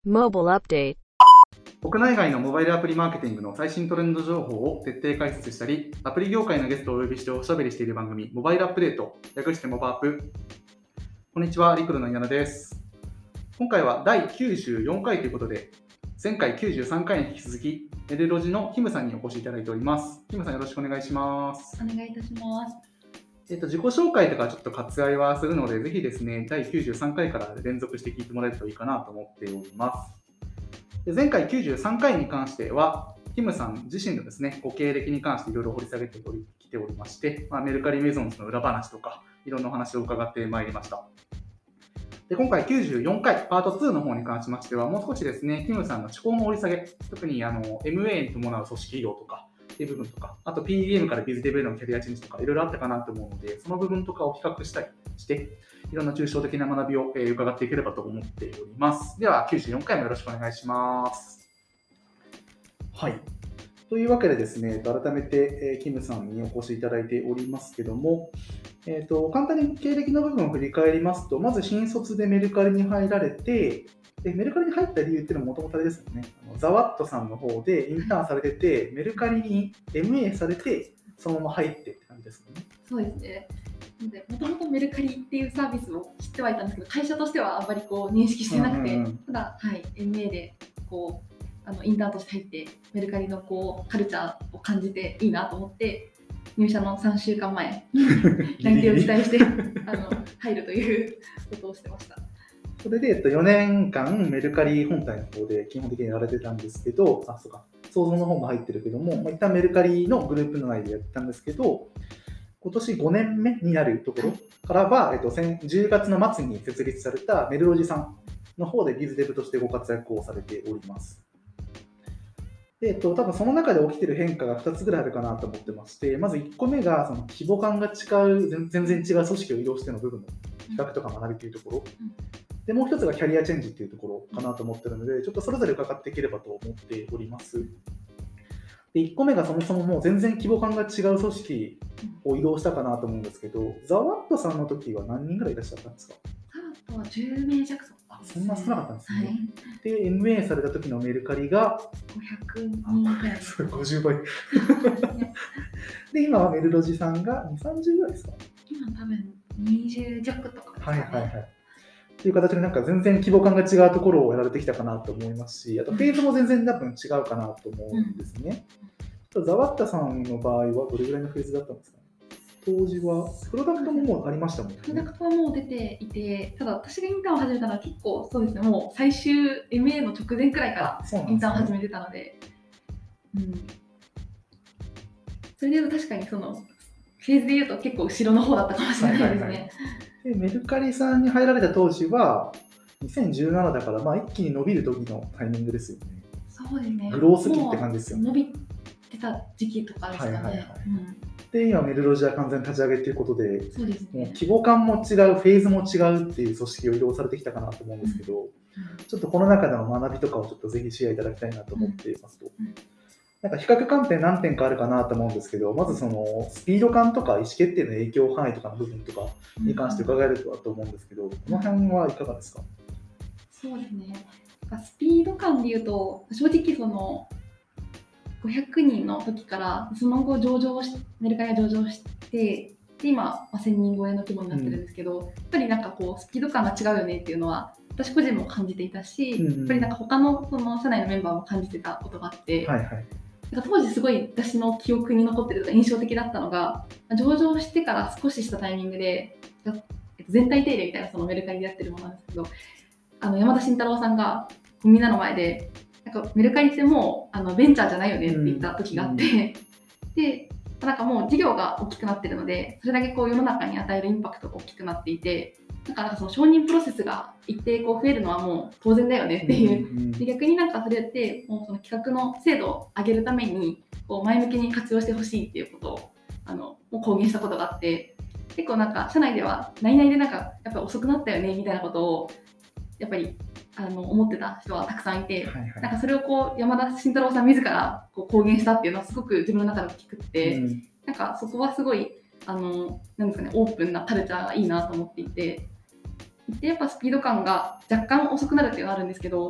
Mobile Update。 国内外のモバイルアプリマーケティングの最新トレンド情報を徹底解説したり、アプリ業界のゲストをお呼びしておしゃべりしている番組、モバイルアップデート、略してモバアップ。こんにちは、リクルの稲田です。今回は第94回ということで、前回93回に引き続き、メルロジのキムさんにお越しいただいております。キムさんよろしくお願いします。 お願いいたします。 自己紹介とかちょっと割愛はするので、ぜひですね、第93回から連続して聞いてもらえるといいかなと思っております。で前回93回に関しては、キムさん自身のですね、ご経歴に関していろいろ掘り下げてきておりまして、メルカリメゾンズの裏話とか、いろんなお話を伺ってまいりました。で今回94回、パート2の方に関しましては、もう少しですね、キムさんの思考の掘り下げ、特にMA に伴う組織移動とか、っていう部分とか、あと PDM からビズデブへのキャリアチェンジとかいろいろあったかなと思うので、その部分とかを比較したりして、いろんな抽象的な学びを伺っていければと思っております。では94回もよろしくお願いします。はい。というわけでですね、改めてキムさんにお越しいただいておりますけども、簡単に経歴の部分を振り返りますと、まず新卒でメルカリに入られて、でメルカリに入った理由っていうのはもともとあれですよね。ザワットさんの方でインターンされてて、メルカリに MA されて、そのまま入ってって感じですよね。 そうですね。もともとメルカリっていうサービスを知ってはいたんですけど、会社としてはあんまり認識してなくて、ただ、MA でインターンとして入って、メルカリのカルチャーを感じていいなと思って、入社の3週間前に内定を期待して入るということをしてました。 それで4年間メルカリ本体の方で基本的にやられてたんですけど、創造の方も入ってるけども、一旦メルカリのグループ内でやったんですけど、今年5年目になるところからは、10月の末に設立されたメルロジさんの方でビズデブとしてご活躍をされております。で多分その中で起きている変化が2つぐらいあるかなと思ってまして、まず1個目がその規模感が違う、全然違う組織を移動しての部分の比較とか学びというところ。でもう一つがキャリアチェンジっていうところかなと思ってるので、ちょっとそれぞれ伺っていければと思っております。で1個目がそもそももう全然規模感が違う組織を移動したかなと思うんですけど、ザワットさんの時は何人ぐらいいらっしゃったんですか？ ザワットは10名弱とか、 そんな少なかったんですね。はい、で MA された時のメルカリが 500人ぐらい。 それ50倍で今はメルロジさんが30ぐらいですか？ 今多分20弱とかですかね。 はいはいはい。という形でなんか全然規模感が違うところをやられてきたかなと思いますし、あとフェーズも全然多分違うかなと思うんですね。ザワッタさんの場合はどれぐらいのフェーズだったんですか？当時はプロダクトももうありましたもんね。 プロダクトはもう出ていて、ただ私がインターンを始めたのは結構そうですね、もう最終 MA の直前くらいからインターンを始めてたので、それで確かにそのフェーズで言うと結構後ろの方だったかもしれないですね。 でメルカリさんに入られた当時は2017だから、一気に伸びる時のタイミングですよね。 そうですね。 グロース期って感じですよね。 伸びてた時期とかですかね。 で今メルロジは完全に立ち上げということで、 そうですね、 もう規模感も違う、フェーズも違うっていう組織を移動されてきたかなと思うんですけど、ちょっとこの中での学びとかをちょっとぜひシェアいただきたいなと思っていますと。なんか比較観点何点かあるかなと思うんですけど、まずそのスピード感とか意思決定の影響範囲とかの部分とかに関して伺えると思うんですけど、この辺はいかがですか？ そうですね。スピード感でいうと、正直その500人の時からその後メルカリが上場して、で今1000人超えの規模になってるんですけど、やっぱりなんかスピード感が違うよねっていうのは私個人も感じていたし、やっぱりなんか他のその社内のメンバーも感じてたことがあって。なんか当時すごい私の記憶に残ってるとか印象的だったのが、上場してから少ししたタイミングで全体定例みたいなそのメルカリでやってるものなんですけど、山田慎太郎さんがみんなの前でなんかメルカリってもうベンチャーじゃないよねって言った時があって、でなんかもう事業が大きくなってるので、それだけ世の中に与えるインパクトが大きくなっていて、だからその承認プロセスが一定増えるのはもう当然だよねっていう、で逆になんかそれってもうその企画の精度を上げるために前向きに活用してほしいっていうことをもう公言したことがあって、結構なんか社内では内々でなんかやっぱり遅くなったよねみたいなことをやっぱり思ってた人はたくさんいて、なんかそれを山田慎太郎さん自ら公言したっていうのはすごく自分の中で大きくって、なんかそこはすごいなんですかね、オープンなカルチャーがいいなと思っていて、でやっぱスピード感が若干遅くなるっていうのはあるんですけど、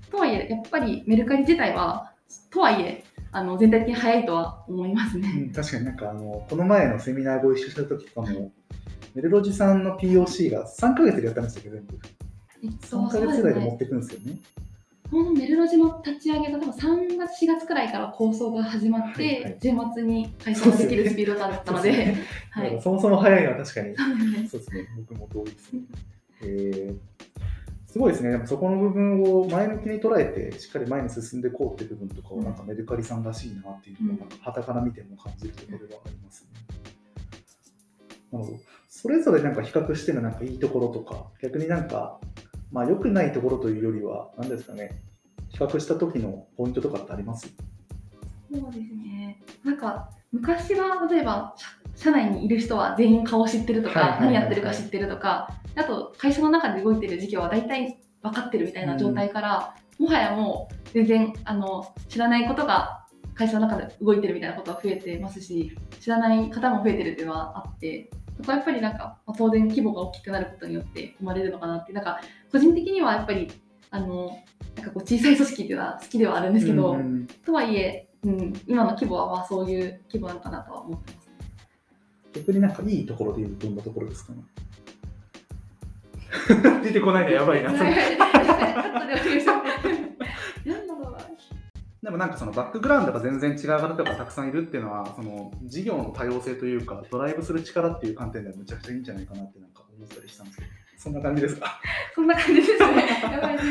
とはいえやっぱりメルカリ自体はとはいえ全体的に早いとは思いますね。 確かになんかこの前のセミナーご一緒した時とかも、メルロジさんの POC が3ヶ月でやったんでしたけど、全部。3ヶ月ぐらいで持っていくんですよね。 このメルロジの立ち上げが多分3月4月くらいから構想が始まって、はいはい、10月に開催ができるスピードだったので、 そもそも早いのは確かにそうですね、僕も同意ですね。すごいですね。でもそこの部分を前向きに捉えてしっかり前に進んでいこうっていう部分とかをなんかメルカリさんらしいなっていうのを傍から見ても感じるところではありますね。なるほど。それぞれなんか比較してのなんかいいところとか、逆になんか良くないところというよりは何ですかね。比較した時のポイントとかってあります？ そうですね。なんか昔は例えば社内にいる人は全員顔知ってるとか、何やってるか知ってるとか、あと会社の中で動いてる事業は大体分かってるみたいな状態から、もはやもう全然知らないことが会社の中で動いてるみたいなことは増えてますし、知らない方も増えてるっていうのはあって、そこはやっぱりなんか当然規模が大きくなることによって生まれるのかなって、なんか個人的にはやっぱりなんかこう小さい組織っていうのは好きではあるんですけど、とはいえ、今の規模はそういう規模なのかなとは思ってます。 逆になんかいいところでいうとどんなところですかね。出てこないのやばいな。でもなんかそのバックグラウンドが全然違う方とかたくさんいるっていうのは、その事業の多様性というかドライブする力っていう観点ではむちゃくちゃいいんじゃないかなってなんか思ったりしたんですけど、そんな感じですか？ そんな感じですね。やばいです。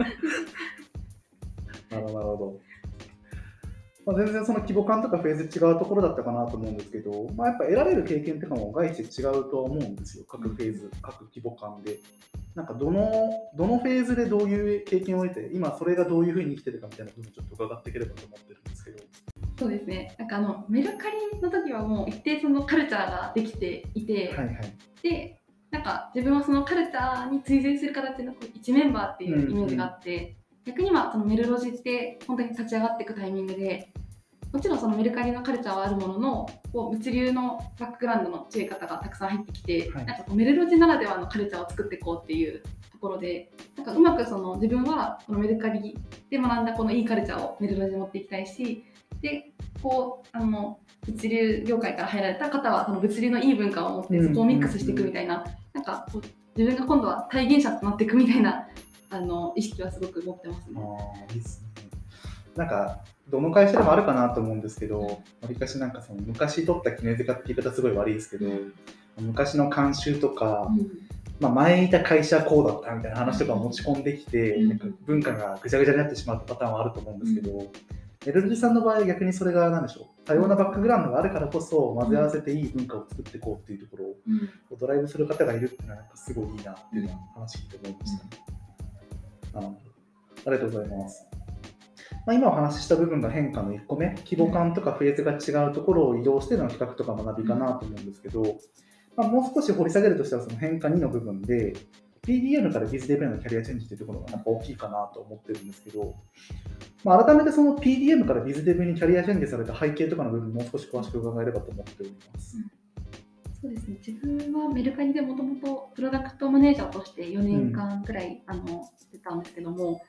なるほど。全然その規模感とかフェーズ違うところだったかなと思うんですけど、やっぱ得られる経験とかも外して違うとは思うんですよ。各フェーズ、各規模感で。なんかどのフェーズでどういう経験を得て、今それがどういうふうに生きてるかみたいな部分をちょっと伺っていければと思ってるんですけど。 そうですね。なんかメルカリの時はもう一定そのカルチャーができていて、で、なんか自分はそのカルチャーに追随する形の一メンバーっていうイメージがあって、逆にはそのメルロジって本当に立ち上がっていくタイミングで、もちろんそのメルカリのカルチャーはあるものの、物流のバックグラウンドの強い方がたくさん入ってきて、なんかメルロジならではのカルチャーを作っていこうっていうところで、なんかうまくその自分はこのメルカリで学んだこのいいカルチャーをメルロジに持っていきたいし、で物流業界から入られた方はその物流のいい文化を持ってそこをミックスしていくみたいな、なんか自分が今度は体現者となっていくみたいな意識はすごく持ってますね。 いいですね。なんかどの会社でもあるかなと思うんですけど、わりかしなんかその昔取った絹塚って言い方すごい悪いですけど、昔の慣習とか、前いた会社こうだったみたいな話とかを持ち込んできて、なんか文化がぐちゃぐちゃになってしまうパターンはあると思うんですけど、メルロジさんの場合は逆にそれが何でしょう、多様なバックグラウンドがあるからこそ混ぜ合わせていい文化を作っていこうっていうところをドライブする方がいるっていうのはなんかすごいいいなっていうのは話聞いて思いましたね。ありがとうございます。今お話しした部分が変化の1個目、規模感とかフェーズが違うところを移動しての比較とか学びかなと思うんですけど、もう少し掘り下げるとしたらその変化2の部分で PDM から BizDev へのキャリアチェンジというところがなんか大きいかなと思ってるんですけど、改めてその PDM から BizDev にキャリアチェンジされた背景とかの部分もう少し詳しく伺えればと思っております。 そうですね、自分はメルカリでもともとプロダクトマネージャーとして4年間くらいしてたんですけども、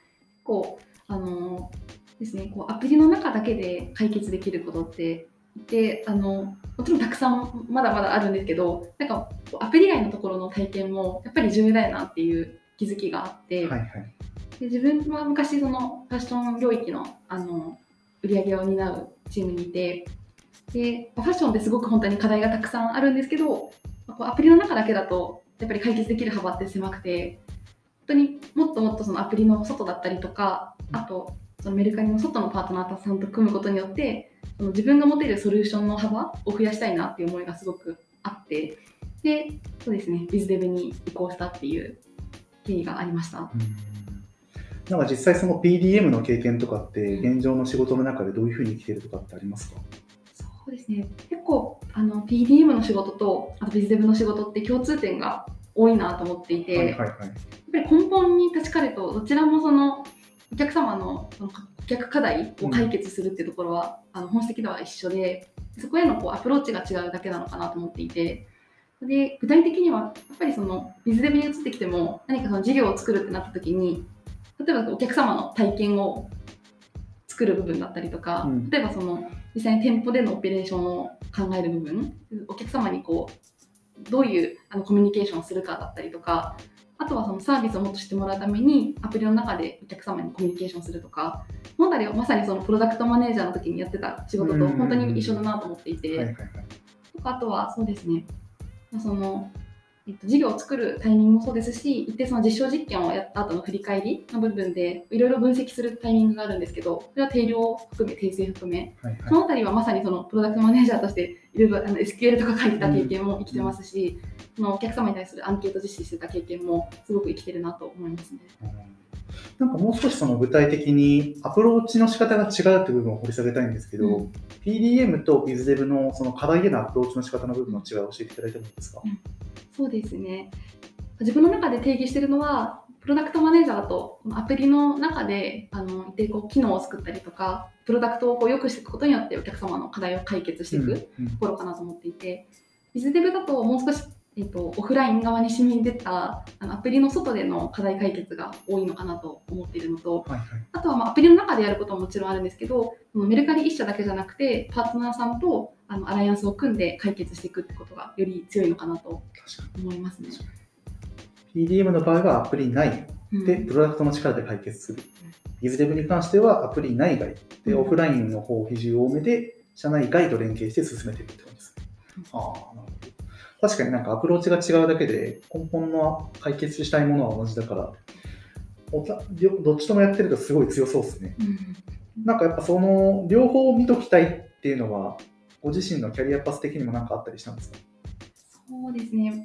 ですね、アプリの中だけで解決できることってでもちろんたくさんまだまだあるんですけど、なんかアプリ外のところの体験もやっぱり重要だよなっていう気づきがあって、で自分は昔そのファッション領域の売り上げを担うチームにいて、でファッションってすごく本当に課題がたくさんあるんですけど、アプリの中だけだとやっぱり解決できる幅って狭くて、本当にもっともっとそのアプリの外だったりとか、あとそのメルカリの外のパートナーさんと組むことによってその自分が持てるソリューションの幅を増やしたいなっていう思いがすごくあって、でそうですね、BizDevに移行したっていう経緯がありました。 なんか実際その PDM の経験とかって現状の仕事の中でどういうふうに生きているとかってありますか？ そうですね、結構PDM の仕事とあと BizDev の仕事って共通点が多いなと思っていて、やっぱり根本に立ち返るとどちらもそのお客様のその顧客課題を解決するっていうところは、本質的では一緒で、そこへのアプローチが違うだけなのかなと思っていて、で具体的にはやっぱりそのBizDevに移ってきても何かその事業を作るってなった時に例えばお客様の体験を作る部分だったりとか、例えばその実際に店舗でのオペレーションを考える部分、お客様にこうどういうコミュニケーションをするかだったりとか、あとはそのサービスをもっとしてもらうためにアプリの中でお客様にコミュニケーションするとか、この辺りはまさにそのプロダクトマネージャーの時にやってた仕事と本当に一緒だなと思っていて、とかあとはそうですね、その事業を作るタイミングもそうですし、一定その実証実験をやった後の振り返りの部分でいろいろ分析するタイミングがあるんですけど、それは定量を含め訂正含め、そのあたりはまさにそのプロダクトマネージャーとしていろいろSQL とか書いてた経験も生きてますし、そのお客様に対するアンケート実施してた経験もすごく生きてるなと思いますね。 なんかもう少しその具体的にアプローチの仕方が違うという部分を掘り下げたいんですけど、PDM と BizDev のその課題へのアプローチの仕方の部分の違いを教えていただいてもいいですか？ そうですね。自分の中で定義しているのは、プロダクトマネージャーだとアプリの中で一定こう機能を作ったりとか、プロダクトをこう良くしていくことによってお客様の課題を解決していくところかなと思っていて、BizDev だともう少しオフライン側に染み出たアプリの外での課題解決が多いのかなと思っているのと、あとはアプリの中でやることももちろんあるんですけど、メルカリ一社だけじゃなくてパートナーさんとアライアンスを組んで解決していくってことがより強いのかなと思いますね。 PDM の場合はアプリ内でプロダクトの力で解決する。BizDev に関してはアプリ内外でオフラインの方比重多めで社内外と連携して進めていくってことですね。なるほど。確かになんかアプローチが違うだけで根本の解決したいものは同じだから、どっちともやってるとすごい強そうですね。なんかやっぱその両方見ときたいっていうのはご自身のキャリアパス的にも何かあったりしたんですか？ そうですね。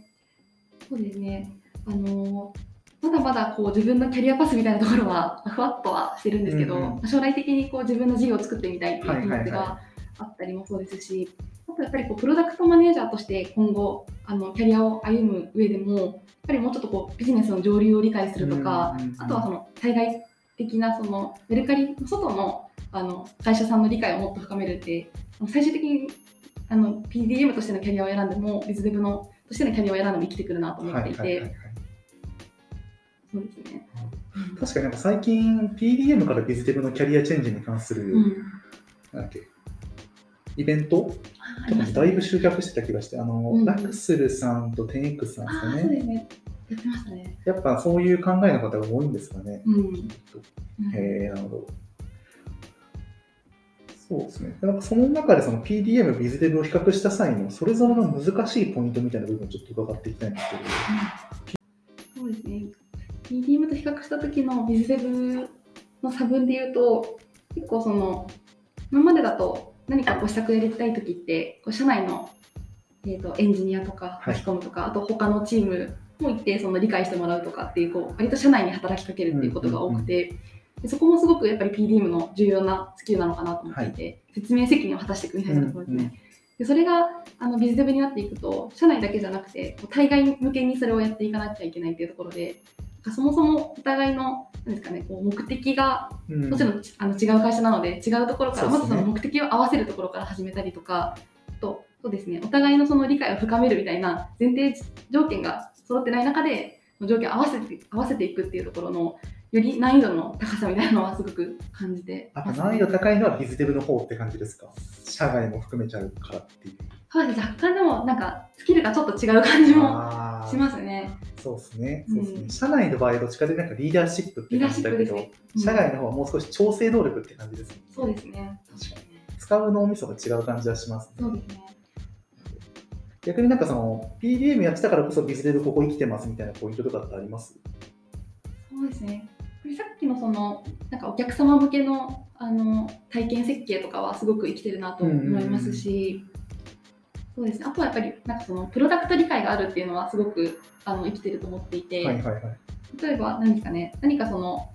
まだまだこう自分のキャリアパスみたいなところはふわっとはしてるんですけど、将来的にこう自分の事業を作ってみたいっていう気持ちがあったりもそうですし、あとやっぱりこうプロダクトマネージャーとして今後キャリアを歩む上でもやっぱりもうちょっとこうビジネスの上流を理解するとか、あとはその対外的なそのメルカリの外の会社さんの理解をもっと深めるって、最終的にPDM としてのキャリアを選んでもBizDevのとしてのキャリアを選んでも生きてくるなと思っていて、そうですね。 確かになんか最近 PDM から BizDev のキャリアチェンジに関する、なんだっけイベントとかもだいぶ集客してた気がして、ラクスルさんと 10X さんですかね。 そうですね。やってましたね。 やっぱそういう考えの方が多いんですかね。なるほど。そうですね。なんかその中でその PDM、BizDev を比較した際のそれぞれの難しいポイントみたいな部分をちょっと伺っていきたいんですけど。 そうですね。PDM と比較した時の BizDev の差分で言うと、結構その今までだと何かこう施策やりたい時って社内の、エンジニアとか巻き込むとか、あと他のチームも一定その理解してもらうとかっていう、割と社内に働きかけるっていうことが多くて、でそこもすごくやっぱり PDM の重要なスキルなのかなと思っていて、説明責任を果たしていくみたいなところですね。でそれがBizDev になっていくと社内だけじゃなくて対外向けにそれをやっていかなきゃいけないっていうところで、そもそもお互いのなんですかね、こう目的がもちろん違う会社なので違うところから、まずその目的を合わせるところから始めたりとか、そうですね、お互いのその理解を深めるみたいな前提条件が揃ってない中で条件を合わせていくっていうところのより難易度の高さみたいなのはすごく感じて、 やっぱ難易度高いのは BizDev の方って感じですか？社外も含めちゃうからっていう。 そうです。若干でもなんかスキルがちょっと違う感じもしますね。 そうですね。社内の場合はどっちかでなんかリーダーシップって感じだけど、社外の方はもう少し調整能力って感じですね。 そうですね。 確かに。使う脳みそが違う感じはしますね。 そうですね。 逆になんかその PDM やってたからこそ BizDev ここ生きてますみたいなポイントとかってあります？ そうですね。さっきのそのなんかお客様向けの体験設計とかはすごく生きてるなと思いますし、そうですね。あとはやっぱりなんかそのプロダクト理解があるっていうのはすごく生きてると思っていて、例えば何ですかね、何かその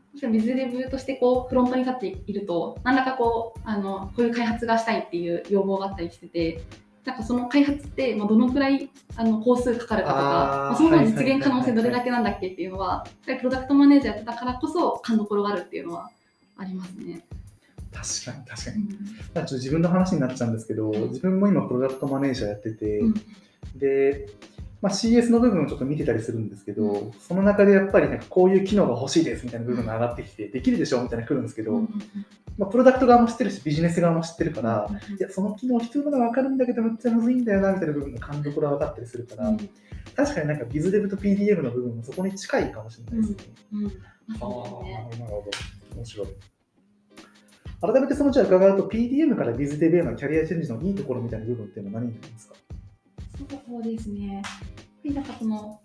BizDevとしてこうフロントに立っていると何らかこういう開発がしたいっていう要望があったりしてて、なんかその開発ってどのくらい工数かかるかとか、その実現可能性どれだけなんだっけっていうのは、やっぱりプロダクトマネージャーやってたからこそ勘どころがあるっていうのはありますね。 確かに。ちょっと自分の話になっちゃうんですけど、自分も今プロダクトマネージャーやってて、で、 CS の部分をちょっと見てたりするんですけど、その中でやっぱりなんかこういう機能が欲しいですみたいな部分が上がってきて、できるでしょみたいなの来るんですけど、プロダクト側も知ってるしビジネス側も知ってるから、いやその機能必要なのは分かるんだけどめっちゃむずいんだよなみたいな部分の勘どころが分かったりするから、確かになんか BizDev と PDM の部分もそこに近いかもしれないですね。なるほど、面白い。改めてそのじゃあ伺うと PDM から BizDev へのキャリアチェンジのいいところみたいな部分っていうのは何になりますか？ そうですね。なんかその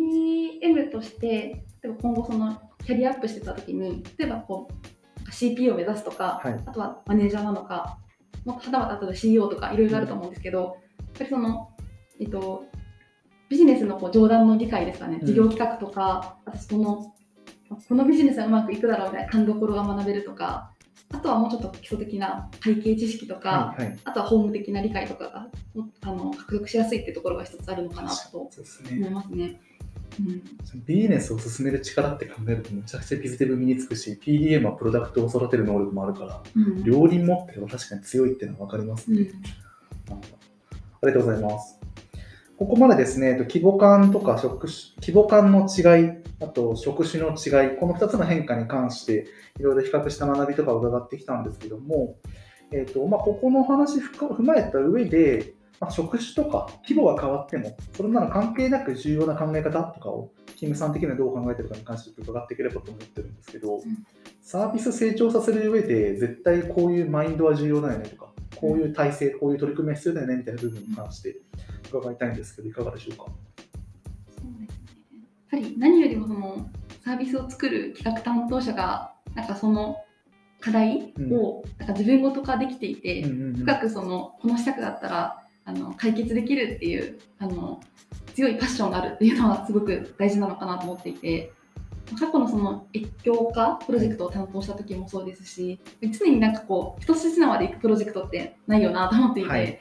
PDM として例えば今後そのキャリアアップしてた時に、例えばこう CPO を目指すとか、あとはマネージャーなのか、はたまた CEO とかいろいろあると思うんですけど、やっぱりそのビジネスのこう上段の理解ですかね、事業企画とか、あとこのビジネスはうまくいくだろうみたいな勘どころが学べるとか、あとはもうちょっと基礎的な会計知識とか、あとは法務的な理解とかが獲得しやすいっていうところが一つあるのかなと思いますね。 ビジネスを進める力って考えるとめちゃくちゃBizDev身につくし、PDM はプロダクトを育てる能力もあるから、両輪持ってれば確かに強いっていうのは分かりますね。ありがとうございます。ここまでですね、規模感とか規模感の違い、あと職種の違い、この2つの変化に関していろいろ比較した学びとかを伺ってきたんですけども、ここの話を踏まえた上で、職種とか規模が変わっても、それなら関係なく重要な考え方とかを、キムさん的にはどう考えているかに関して伺っていければと思ってるんですけど、サービス成長させる上で、絶対こういうマインドは重要だよねとか、こういう体制、こういう取り組みが必要だよねみたいな部分に関して伺いたいんですけど、いかがでしょうか。 そうですね。やっぱり何よりもそのサービスを作る企画担当者がなんかその課題をなんか自分ごと化できていて、深くこの施策だったら解決できるっていう強いパッションがあるっていうのはすごく大事なのかなと思っていて、過去のその越境化プロジェクトを担当した時もそうですし、常になんかこう一筋縄でいくプロジェクトってないよなと思っていて、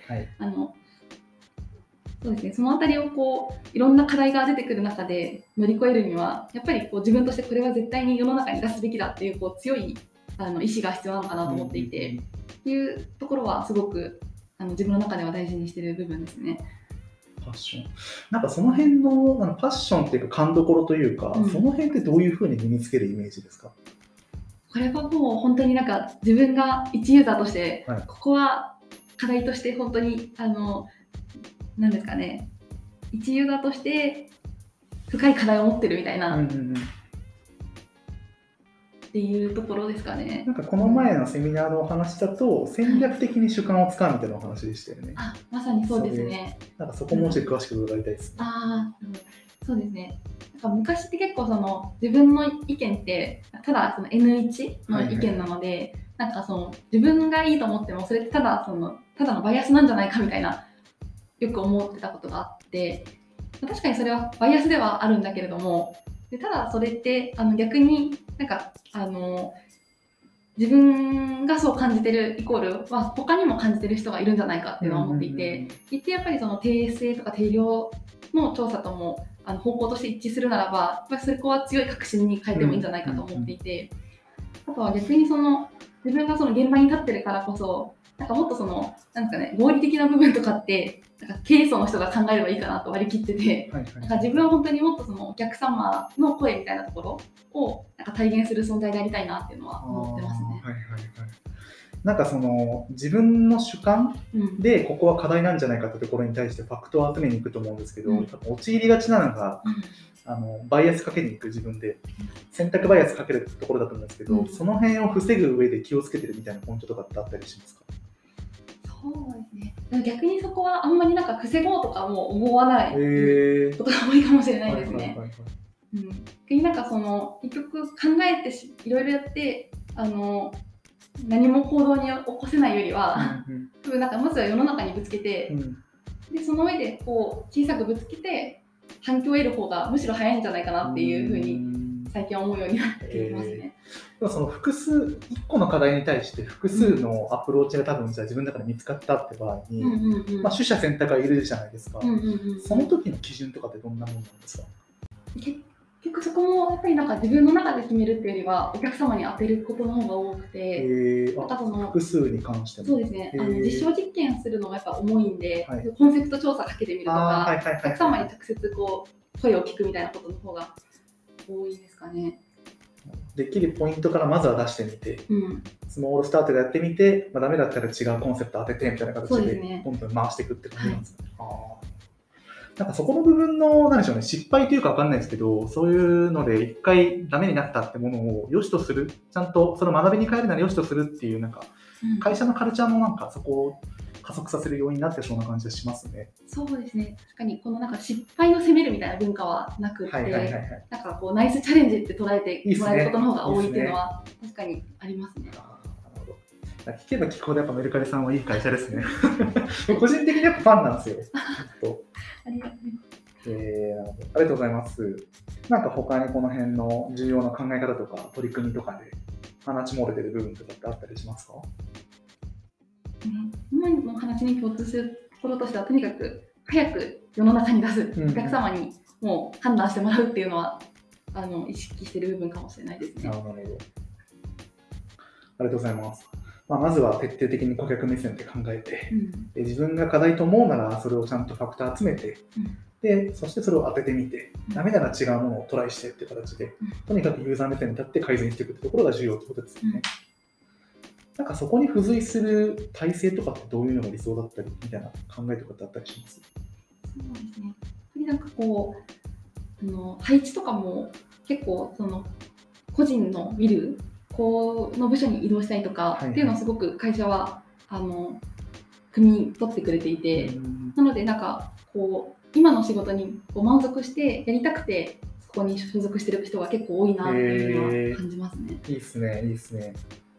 そうですね、そのあたりをこういろんな課題が出てくる中で乗り越えるには、やっぱりこう自分としてこれは絶対に世の中に出すべきだっていう、こう強い意志が必要なのかなと思っていて、っていうところはすごく自分の中では大事にしている部分ですね。 パッション。なんかその辺のパッションっていうか勘どころというか、その辺ってどういうふうに身につけるイメージですか？ これはもう本当になんか自分が一ユーザーとして、ここは課題として本当になんですかね、一ユーザーとして深い課題を持ってるみたいな、っていうところですかね。 なんかこの前のセミナーのお話だと、戦略的に主観をつかむみたいなお話でしたよね。 まさにそうですね。 なんかそこもうちょっと詳しく伺いたいですね。 そうですね。なんか昔って結構自分の意見ってただN1 の意見なので、なんか自分がいいと思ってもそれってただのバイアスなんじゃないかみたいなよく思ってたことがあって、確かにそれはバイアスではあるんだけれども、ただそれって逆になんか自分がそう感じてるイコールは他にも感じてる人がいるんじゃないかっていうのを思っていて、やっぱり定性とか定量の調査とも方向として一致するならば、やっぱりそこは強い確信に変えてもいいんじゃないかと思っていて、あとは逆に自分が現場に立ってるからこそ、なんかもっとなんですかね、合理的な部分とかってなんか経営層の人が考えればいいかなと割り切ってて、なんか自分は本当にもっとお客様の声みたいなところをなんか体現する存在でありたいなっていうのは思ってますね。 なんか自分の主観でここは課題なんじゃないかってところに対してファクトを集めに行くと思うんですけど、陥りがちなのがバイアスかけに行く自分で選択バイアスかけるところだと思うんですけど、その辺を防ぐ上で気をつけてるみたいなポイントとかってあったりしますか？ そうですね。逆にそこはあんまりなんか防ごうとかも思わないことが多いかもしれないですね。逆になんか結局考えていろいろやって何も行動に起こせないよりは、なんかまずは世の中にぶつけて、でその上でこう小さくぶつけて反響を得る方がむしろ早いんじゃないかなっていうふうに最近は思うようになっていますね。 複数1個の課題に対して複数のアプローチが多分自分の中で見つかったって場合に、取捨選択がいるじゃないですか。その時の基準とかってどんなものなんですか？ 結局そこもやっぱりなんか自分の中で決めるっていうよりはお客様に当てることの方が多くて、なんかその複数に関しても。 そうですね、実証実験するのがやっぱ重いんで、 はい、 コンセプト調査かけてみるとか、 はいはいはいはい、 お客様に直接こう声を聞くみたいなことの方が多いですかね。 できるポイントからまずは出してみて、スモールスタートでやってみて、ダメだったら違うコンセプト当ててみたいな形でどんどん回していくって感じなんですね。なんかそこの部分の、なんでしょうね、失敗というか分かんないですけど、そういうので一回ダメになったってものを良しとする、ちゃんとその学びに変えるなら良しとするっていう、なんか会社のカルチャーもなんかそこを加速させる要因になってそうな感じがしますね。 そうですね。確かにこのなんか失敗を責めるみたいな文化はなくて、なんかこうナイスチャレンジって捉えてもらえることの方が多いっていうのは確かにありますね。 聞けば聞くほどやっぱメルカリさんはいい会社ですね。個人的にやっぱファンなんですよ。 ありがとうございます。なんか他にこの辺の重要な考え方とか取り組みとかで話漏れてる部分とかってあったりしますか？ 今の話に共通するところとしては、とにかく早く世の中に出す、お客様にもう判断してもらうっていうのは意識している部分かもしれないですね。 なるほど。ありがとうございます。まずは徹底的に顧客目線で考えて、で自分が課題と思うならそれをちゃんとファクター集めて、でそしてそれを当ててみて、ダメなら違うものをトライしてっていう形で、とにかくユーザー目線に立って改善していくってところが重要ってことですよね。なんかそこに付随する体制とかってどういうのが理想だったりみたいな考えとかってあったりします？ そうですね。なんかこう配置とかも結構その個人の見るこの部署に移動したいとかっていうのをすごく会社は汲み取ってくれていて、なのでなんかこう今の仕事にこう満足してやりたくてそこに所属してる人が結構多いなっていうのは感じますね。 いいですね、いいですね。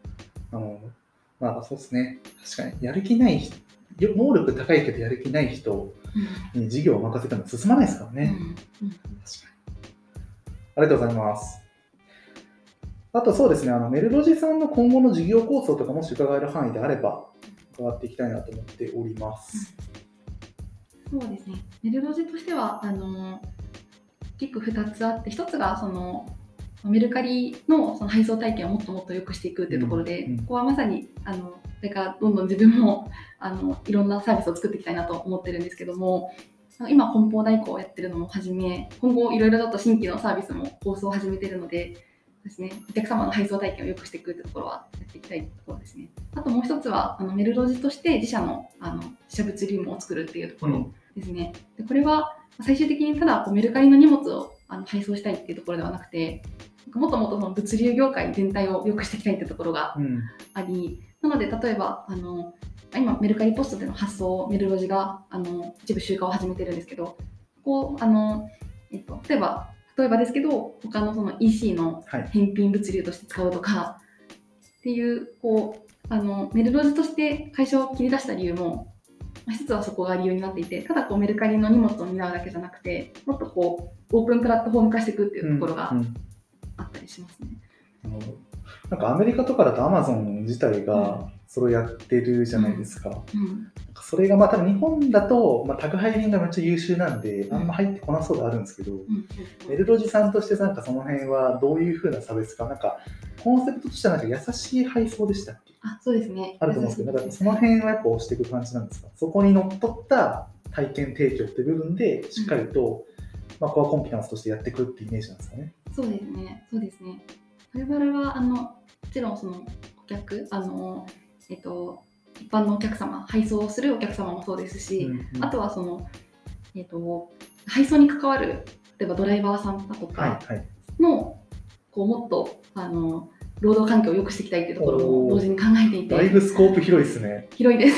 そうですね。確かにやる気ない人、能力高いけどやる気ない人に事業を任せても進まないですからね。確かに。ありがとうございます。あとそうですね、メルロジさんの今後の事業構想とかもし伺える範囲であれば伺っていきたいなと思っております。 そうですね。メルロジとしては結構2つあって、1つがそのメルカリのその配送体験をもっともっと良くしていくというところで、ここはまさにこれからどんどん自分もいろんなサービスを作っていきたいなと思ってるんですけども、今梱包代行をやってるのもはじめ、今後いろいろちょっと新規のサービスも構想を始めているのでですね、お客様の配送体験を良くしていくというところはやっていきたいところですね。あともう一つはメルロジとして自社の自社物流網を作るっていうところですね。でこれは最終的にただメルカリの荷物を配送したいっていうところではなくて、もっともっとその物流業界全体を良くしていきたいっていうところがあり、なので例えば今メルカリポストでの発送メルロジが一部集荷を始めてるんですけど、こう例えばですけど、他のその EC の返品物流として使うとかっていう、メルロジとして会社を切り出した理由も、一つはそこが理由になっていて、ただメルカリの荷物を担うだけじゃなくて、もっとオープンプラットフォーム化していくっていうところがあったりしますね。 なんかアメリカとかだと Amazon 自体がそれをやってるじゃないですか。それが多分日本だと、宅配便がめっちゃ優秀なんで、あんま入ってこなそうであるんですけど、メルロジさんとしてなんかその辺はどういう風な差別化、なんかコンセプトとしてはなんか優しい配送でしたっけ？ そうですね。 あると思うんですけど、だからその辺はやっぱ押していく感じなんですか？そこにのっとった体験提供っていう部分でしっかりと、コアコンピタンスとしてやっていくっていうイメージなんですかね。 そうですね。そうですね。我々はもちろんその顧客一般のお客様、配送するお客様もそうですし、あとはその配送に関わる例えばドライバーさんだとかのもっと労働環境を良くしていきたいっていうところも同時に考えていて、 だいぶスコープ広いですね。 広いです。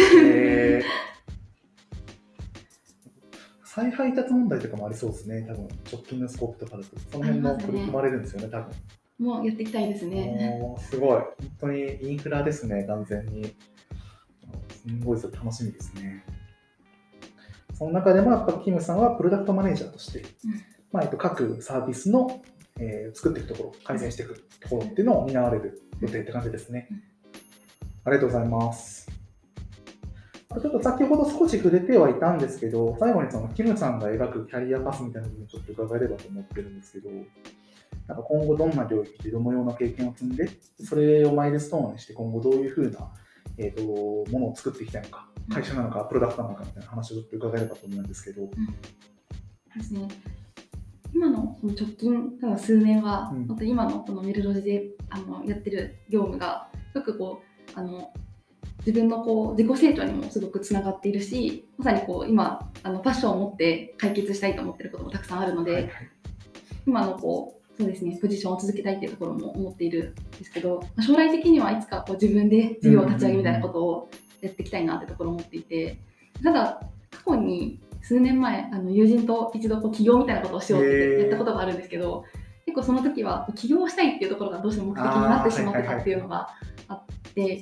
再配達問題とかもありそうですね。多分直近のスコープとかだとその辺も取り組まれるんですよね。多分もうやっていきたいですね。 すごい、本当にインフラですね。完全にすごい楽しみですね。その中でもやっぱキムさんはプロダクトマネージャーとして、各サービスの、作っていくところ、改善していくところっていうのを担われる予定って感じですね。ありがとうございます。ちょっと先ほど少し触れてはいたんですけど、最後にそのキムさんが描くキャリアパスみたいな部分をちょっと伺えればと思ってるんですけど、 なんか今後どんな領域でどのような経験を積んで、それをマイルストーンにして今後どういうふうな、ものを作っていきたいのか、会社なのか、プロダクトなのかみたいな話をちょっと伺えればと思うんですけど。 ですね。今のその直近多分数年は、あと今のこのメルロジでやってる業務がすごくこう自分のこう自己成長にもすごくつながっているし、まさにこう今パッションを持って解決したいと思っていることもたくさんあるので、今のこうそうですね、ポジションを続けたいっていうところも思っているんですけど、将来的にはいつかこう自分で事業を立ち上げみたいなことをやっていきたいなってところを思っていて、ただ過去に数年前友人と一度こう起業みたいなことをしようってやったことがあるんですけど、結構その時は起業したいっていうところがどうしても目的になってしまってたっていうのがあって、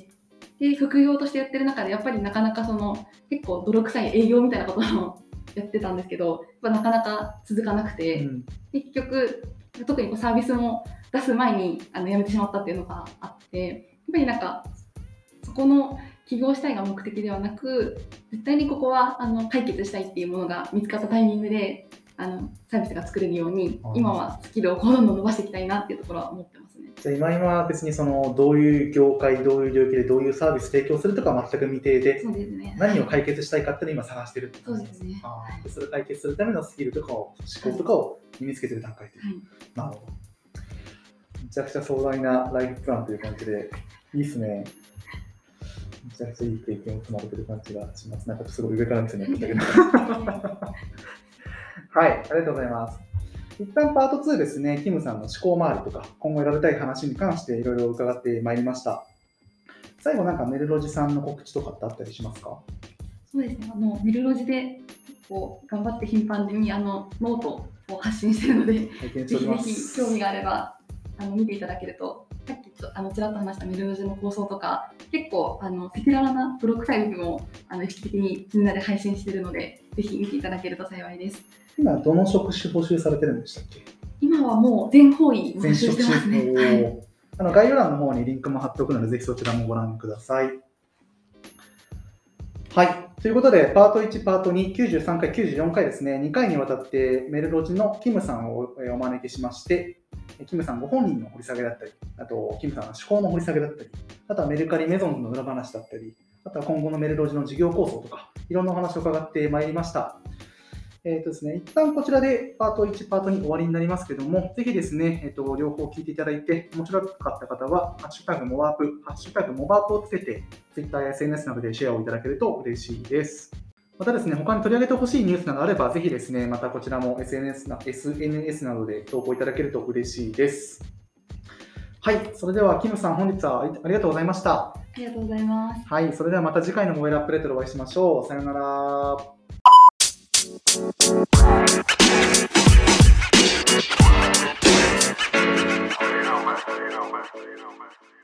で副業としてやってる中でやっぱりなかなかその結構泥臭い営業みたいなことをやってたんですけど、なかなか続かなくて、結局特にこうサービスも出す前に辞めてしまったっていうのがあって、やっぱりなんかそこの起業したいが目的ではなく、絶対にここは解決したいっていうものが見つかったタイミングでサービスが作れるように、今はスキルをどんどん伸ばしていきたいなっていうところは思ってますね。 じゃあ今は別にそのどういう業界、どういう領域でどういうサービス提供するとかは全く未定で、 そうですね、 何を解決したいかっていうのを今探してるってことですね。 それを解決するためのスキルとかを思考とかを身につけてる段階で、なるほど。めちゃくちゃ壮大なライフプランという感じでいいですね。めちゃくちゃいい経験を積まれてる感じがします。なんかすごい上から見せになったけどはい、ありがとうございます。一旦パート2ですね、キムさんの思考周りとか今後やられたい話に関していろいろ伺ってまいりました。最後なんかメルロジさんの告知とかってあったりしますか？ そうですね、メルロジで結構頑張って頻繁にノートを発信しているので、ぜひぜひ興味があれば見ていただけると、さっきちらっと話したメルロジの構想とか、結構赤裸々なブロックタイプも意識的にみんなで配信しているので、ぜひ見ていただけると幸いです。 今どの職種募集されてるんでしたっけ？ 今はもう全方位募集してますね。 概要欄の方にリンクも貼っておくので、ぜひそちらもご覧ください。はい。ということで、パート1、パート2、93回、94回ですね、2回にわたってメルロジのキムさんをお招きしまして、キムさんご本人の掘り下げだったり、あとキムさんの思考の掘り下げだったり、あとはメルカリメゾンズの裏話だったり、あとは今後のメルロジの事業構想とか、いろんなお話を伺ってまいりました。ですね、一旦こちらでパート1、パート2終わりになりますけども、ぜひですね、両方聞いていただいて、面白かった方は、ハッシュタグモバープ、ハッシュタグモバープをつけて、Twitter や SNS などでシェアをいただけると嬉しいです。またですね、他に取り上げてほしいニュースなどあれば、ぜひですね、またこちらも SNS などで投稿いただけると嬉しいです。はい、それではキムさん、本日はありがとうございました。 ありがとうございます。 はい、それではまた次回のモバイルアップデートでお会いしましょう。さようなら。You know, man.